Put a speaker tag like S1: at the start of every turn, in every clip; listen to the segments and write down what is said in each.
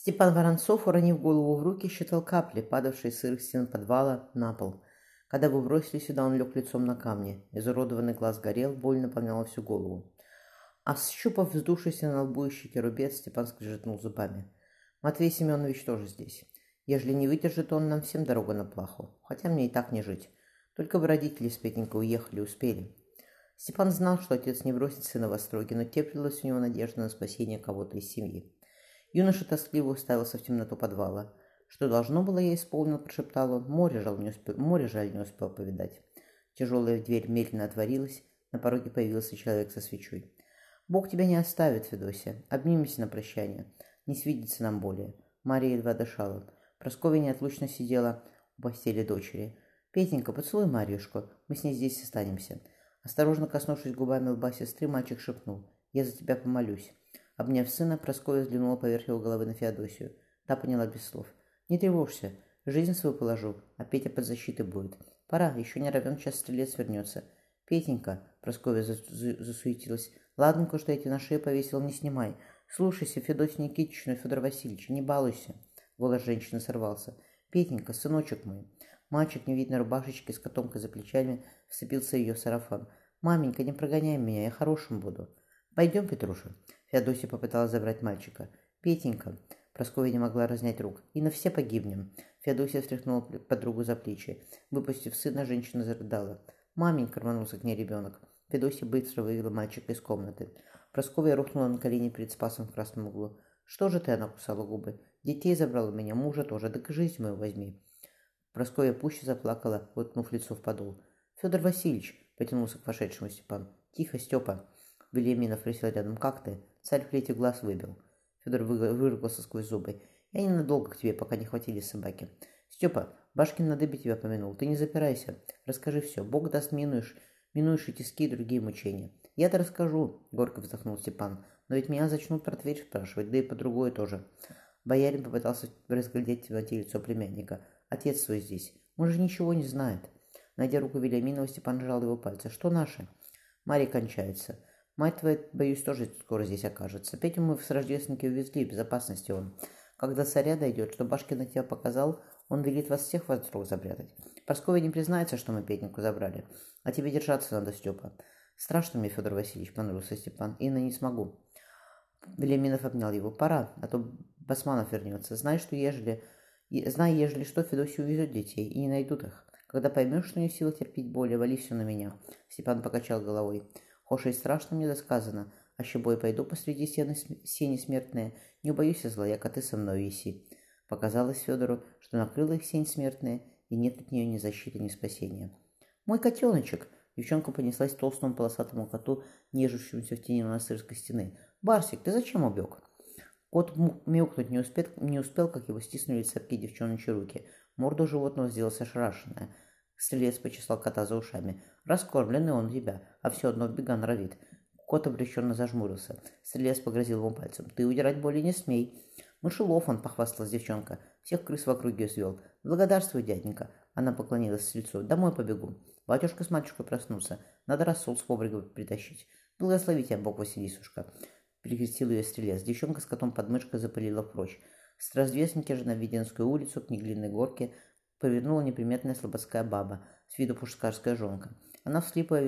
S1: Степан Воронцов, уронив голову в руки, считал капли, падавшие с сырых стен подвала на пол. Когда вы бросили сюда, он лег лицом на камни. Изуродованный глаз горел, боль наполняла всю голову. А щупав вздувшийся на лбу и щеке рубец, Степан скрежетнул зубами. Матвей Семенович тоже здесь. Ежели не выдержит он, нам всем дорога на плаху. Хотя мне и так не жить. Только бы родители с Петенькой уехали, успели. Степан знал, что отец не бросит сына в остроге, но теплилась у него надежда на спасение кого-то из семьи. Юноша тоскливо уставился в темноту подвала. «Что должно было, я исполнил», — прошептал он. Море жаль не успел повидать. Тяжелая дверь медленно отворилась, на пороге появился человек со свечой. «Бог тебя не оставит, Федосия. Обнимемся на прощание. Не свидится нам более». Мария едва дышала. Прасковья неотлучно сидела у постели дочери. «Петенька, поцелуй Марьюшку, мы с ней здесь останемся». Осторожно коснувшись губами лба сестры, мальчик шепнул: «Я за тебя помолюсь». Обняв сына, Прасковья взглянула поверх его головы на Феодосию. Та поняла без слов. «Не тревожься, жизнь свою положу, а Петя под защитой будет. Пора, еще не равен час стрелец вернется». «Петенька», — Прасковья засуетилась, — «ладненько, что я тебе на шею повесил, не снимай. Слушайся Федосию Никитичну и Федора Васильевича, не балуйся». Голос женщины сорвался. «Петенька, сыночек мой». Мальчик, не видно рубашечки с котомкой за плечами, вцепился в ее сарафан. «Маменька, не прогоняй меня, я хорошим буду». «Пойдем, Петруша». Феодосия попыталась забрать мальчика. «Петенька». Прасковья не могла разнять рук. «И на все погибнем». Феодосия встряхнула подругу за плечи. Выпустив сына, женщина зарыдала. «Маменька», — рванулся к ней ребенок. Феодосия быстро вывела мальчика из комнаты. Прасковья рухнула на колени перед Спасом в красном углу. «Что же ты?» — она кусала губы. «Детей забрал у меня, мужа тоже, так и жизнь мою возьми». Прасковья пуще заплакала, уткнув лицо в подол. «Федор Васильевич», — потянулся к вошедшему Степан. «Тихо, Степа». Вильяминов присел рядом. «Как ты?» Царь в плете глаз выбил. Федор выругался сквозь зубы. «Я ненадолго к тебе, пока не хватили собаки». «Степа, Башкин на дыбе тебя помянул. Ты не запирайся. Расскажи все. Бог даст, минуешь и тиски и другие мучения». «Я-то расскажу», — горько вздохнул Степан. «Но ведь меня зачнут про Тверь спрашивать, да и по другое тоже». Боярин попытался разглядеть в темноте лицо племянника. «Отец свой здесь. Он же ничего не знает». Найдя руку Вильяминова, Степан сжал его пальцы. «Что наше?» «Марья кончается. Мать твоя, боюсь, тоже скоро здесь окажется. Петю мы с Рождественники увезли, в безопасности он. Когда царя дойдет, что Башкин на тебя показал, он велит вас всех в острог запрятать. Прасковья не признается, что мы Петеньку забрали. А тебе держаться надо, Степа». «Страшно мне, Федор Васильевич», — понурился Степан. «Инна, не смогу». Велиминов обнял его. «Пора, а то Басманов вернется. Знай, ежели что, Федосию увезет детей, и не найдут их. Когда поймешь, что не в силах терпеть боли, вали все на меня». Степан покачал головой. «Хоша и страшно мне досказано, а щебой пойду посреди сени смертные. Не убоюсь зла, яко ты со мной виси». Показалось Федору, что накрыла их сень смертная, и нет от нее ни защиты, ни спасения. «Мой котеночек!» Девчонка понеслась к толстому полосатому коту, нежившемуся в тени монастырской стены. «Барсик, ты зачем убег?» Кот мяукнуть не успел, как его стиснули цепкие девчоночьи руки. Морда у животного сделалась ошарашенная. Стрелец почесал кота за ушами. «Раскормленный он тебя, а все одно бега норовит». Кот обреченно зажмурился. Стрелец погрозил ему пальцем. «Ты удирать более не смей». «Мышелов он», — похвасталась девчонка. «Всех крыс в округе свел». «Благодарствуй, дяденька». Она поклонилась стрельцу. «Домой побегу». Батюшка с матушкой проснутся. Надо рассол с побрыга притащить. «Благослови тебя, Бог, Василисушка», — перекрестил ее стрелец. Девчонка с котом под мышкой запылила прочь. С развесники же на Введенскую улицу к Неглинной горке повернула неприметная слободская баба, с виду пушкарская жонка. Она, всхлипывая,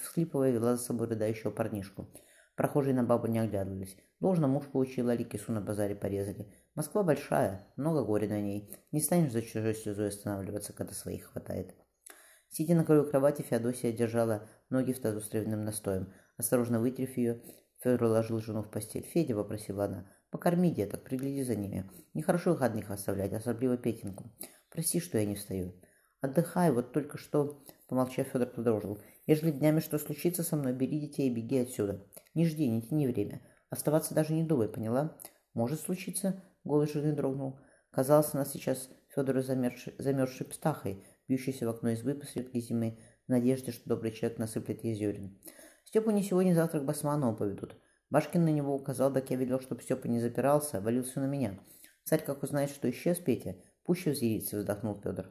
S1: вела за собой рыдающего парнишку. Прохожие на бабу не оглядывались. Должно, муж поучил, али кису на базаре порезали. Москва большая, много горя на ней. Не станешь за чужой слезой останавливаться, когда своих хватает. Сидя на краю кровати, Феодосия держала ноги в тазу с травяным настоем. Осторожно вытерев ее, Федор уложил жену в постель. «Федя», — попросила она, — «покорми деток, пригляди за ними. Нехорошо их одних оставлять, особливо Петеньку. Прости, что я не встаю». «Отдыхай, вот только что...» Помолчав, Федор продолжил. «Ежели днями что случится со мной, бери детей и беги отсюда. Не жди, не тяни время. Оставаться даже не думай, поняла?» «Может случиться?» — голос жены дрогнул. Казалось, она сейчас Федору замерзшей птахой, бьющейся в окно избы посреди зимы, в надежде, что добрый человек насыплет ей зерен. «Степу не сегодня-завтра к Басманову поведут». Башкин на него указал, так я велел, чтобы Степа не запирался, валил все на меня. «Царь, как узнает, что исчез Петя, пуще взъярится», — вздохнул Федор.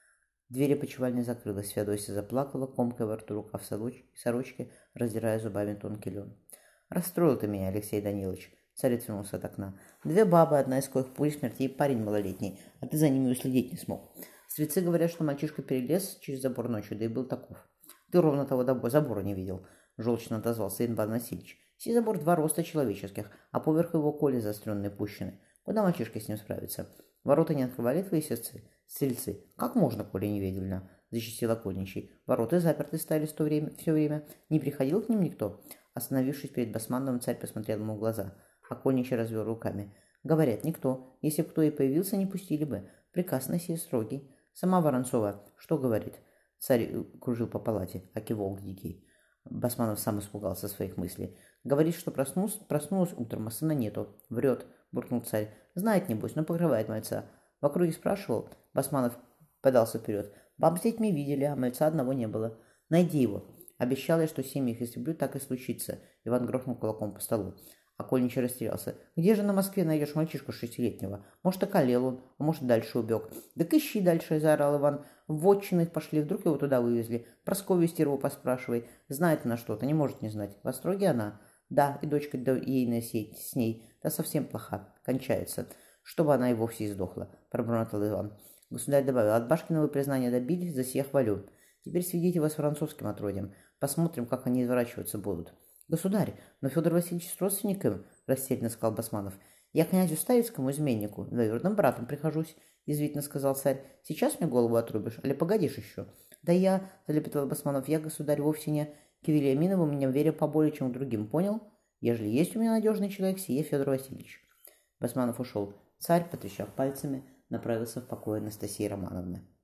S1: Дверь опочивальни закрылась. Феодосия заплакала, комкая во рту рукав сорочки, раздирая зубами тонкий лен. «Расстроил ты меня, Алексей Данилович». Царь отвернулся от окна. «Две бабы, одна из коих при смерти, и парень малолетний, а ты за ними уследить не смог. Стрельцы говорят, что мальчишка перелез через забор ночью, да и был таков. Ты ровно того забора не видел», — желчно отозвался Иван Васильевич. «Сей забор 2 роста человеческих, а поверх его коли заостренные пущены. Куда мальчишка с ним справится? Ворота не открывали твои стрельцы? Как можно, коли не видели?» — зачастил окольничий. «Ворота заперты стали все время. Не приходил к ним никто?» Остановившись перед Басмановым, царь посмотрел ему в глаза. Окольничий развел руками. «Говорят, никто. Если бы кто и появился, не пустили бы. Приказ на сей строгий. Сама Воронцова что говорит?» Царь кружил по палате, аки волк дикий. Басманов сам испугался своих мыслей. «Говорит, что проснулась утром, а сына нету. Врет», — буркнул царь. «Знает, небось, но покрывает мальца». В округе спрашивал. Басманов подался вперед. «Баб с детьми видели, а мальца одного не было. Найди его». «Обещал я, что семьи их истреблю, так и случится». Иван грохнул кулаком по столу. Окольничий растерялся. «Где же на Москве найдешь мальчишку 6-летнего? Может, околел он, а может, дальше убег». «Так ищи дальше», — заорал Иван. «В вотчины пошли, вдруг его туда вывезли. Прасковью Стерву поспрашивай. Знает она что-то, не может не знать. В Остроге она?» «Да, и дочка ейная сеть с ней. Да совсем плоха. Кончается. Чтобы она и вовсе издохла», — пробормотал Иван. Государь добавил: «От Башкиного признания добились, за сие хвалю. Теперь сведите вас с французским отродьем. Посмотрим, как они изворачиваться будут». «Государь, но Федор Васильевич с родственником», — растерянно сказал Басманов. «Я князю Ставицкому, изменнику, двоюродным братом прихожусь», — язвительно сказал царь. «Сейчас мне голову отрубишь, али погодишь еще?» «Да я», — залепетал Басманов, — «я, государь, вовсе не к Вильяминову, меня верю поболее, чем к другим, понял? Ежели есть у меня надежный человек, сие Федор Васильевич». Басманов ушел. Царь, потрещав пальцами, направился в покой Анастасии Романовны.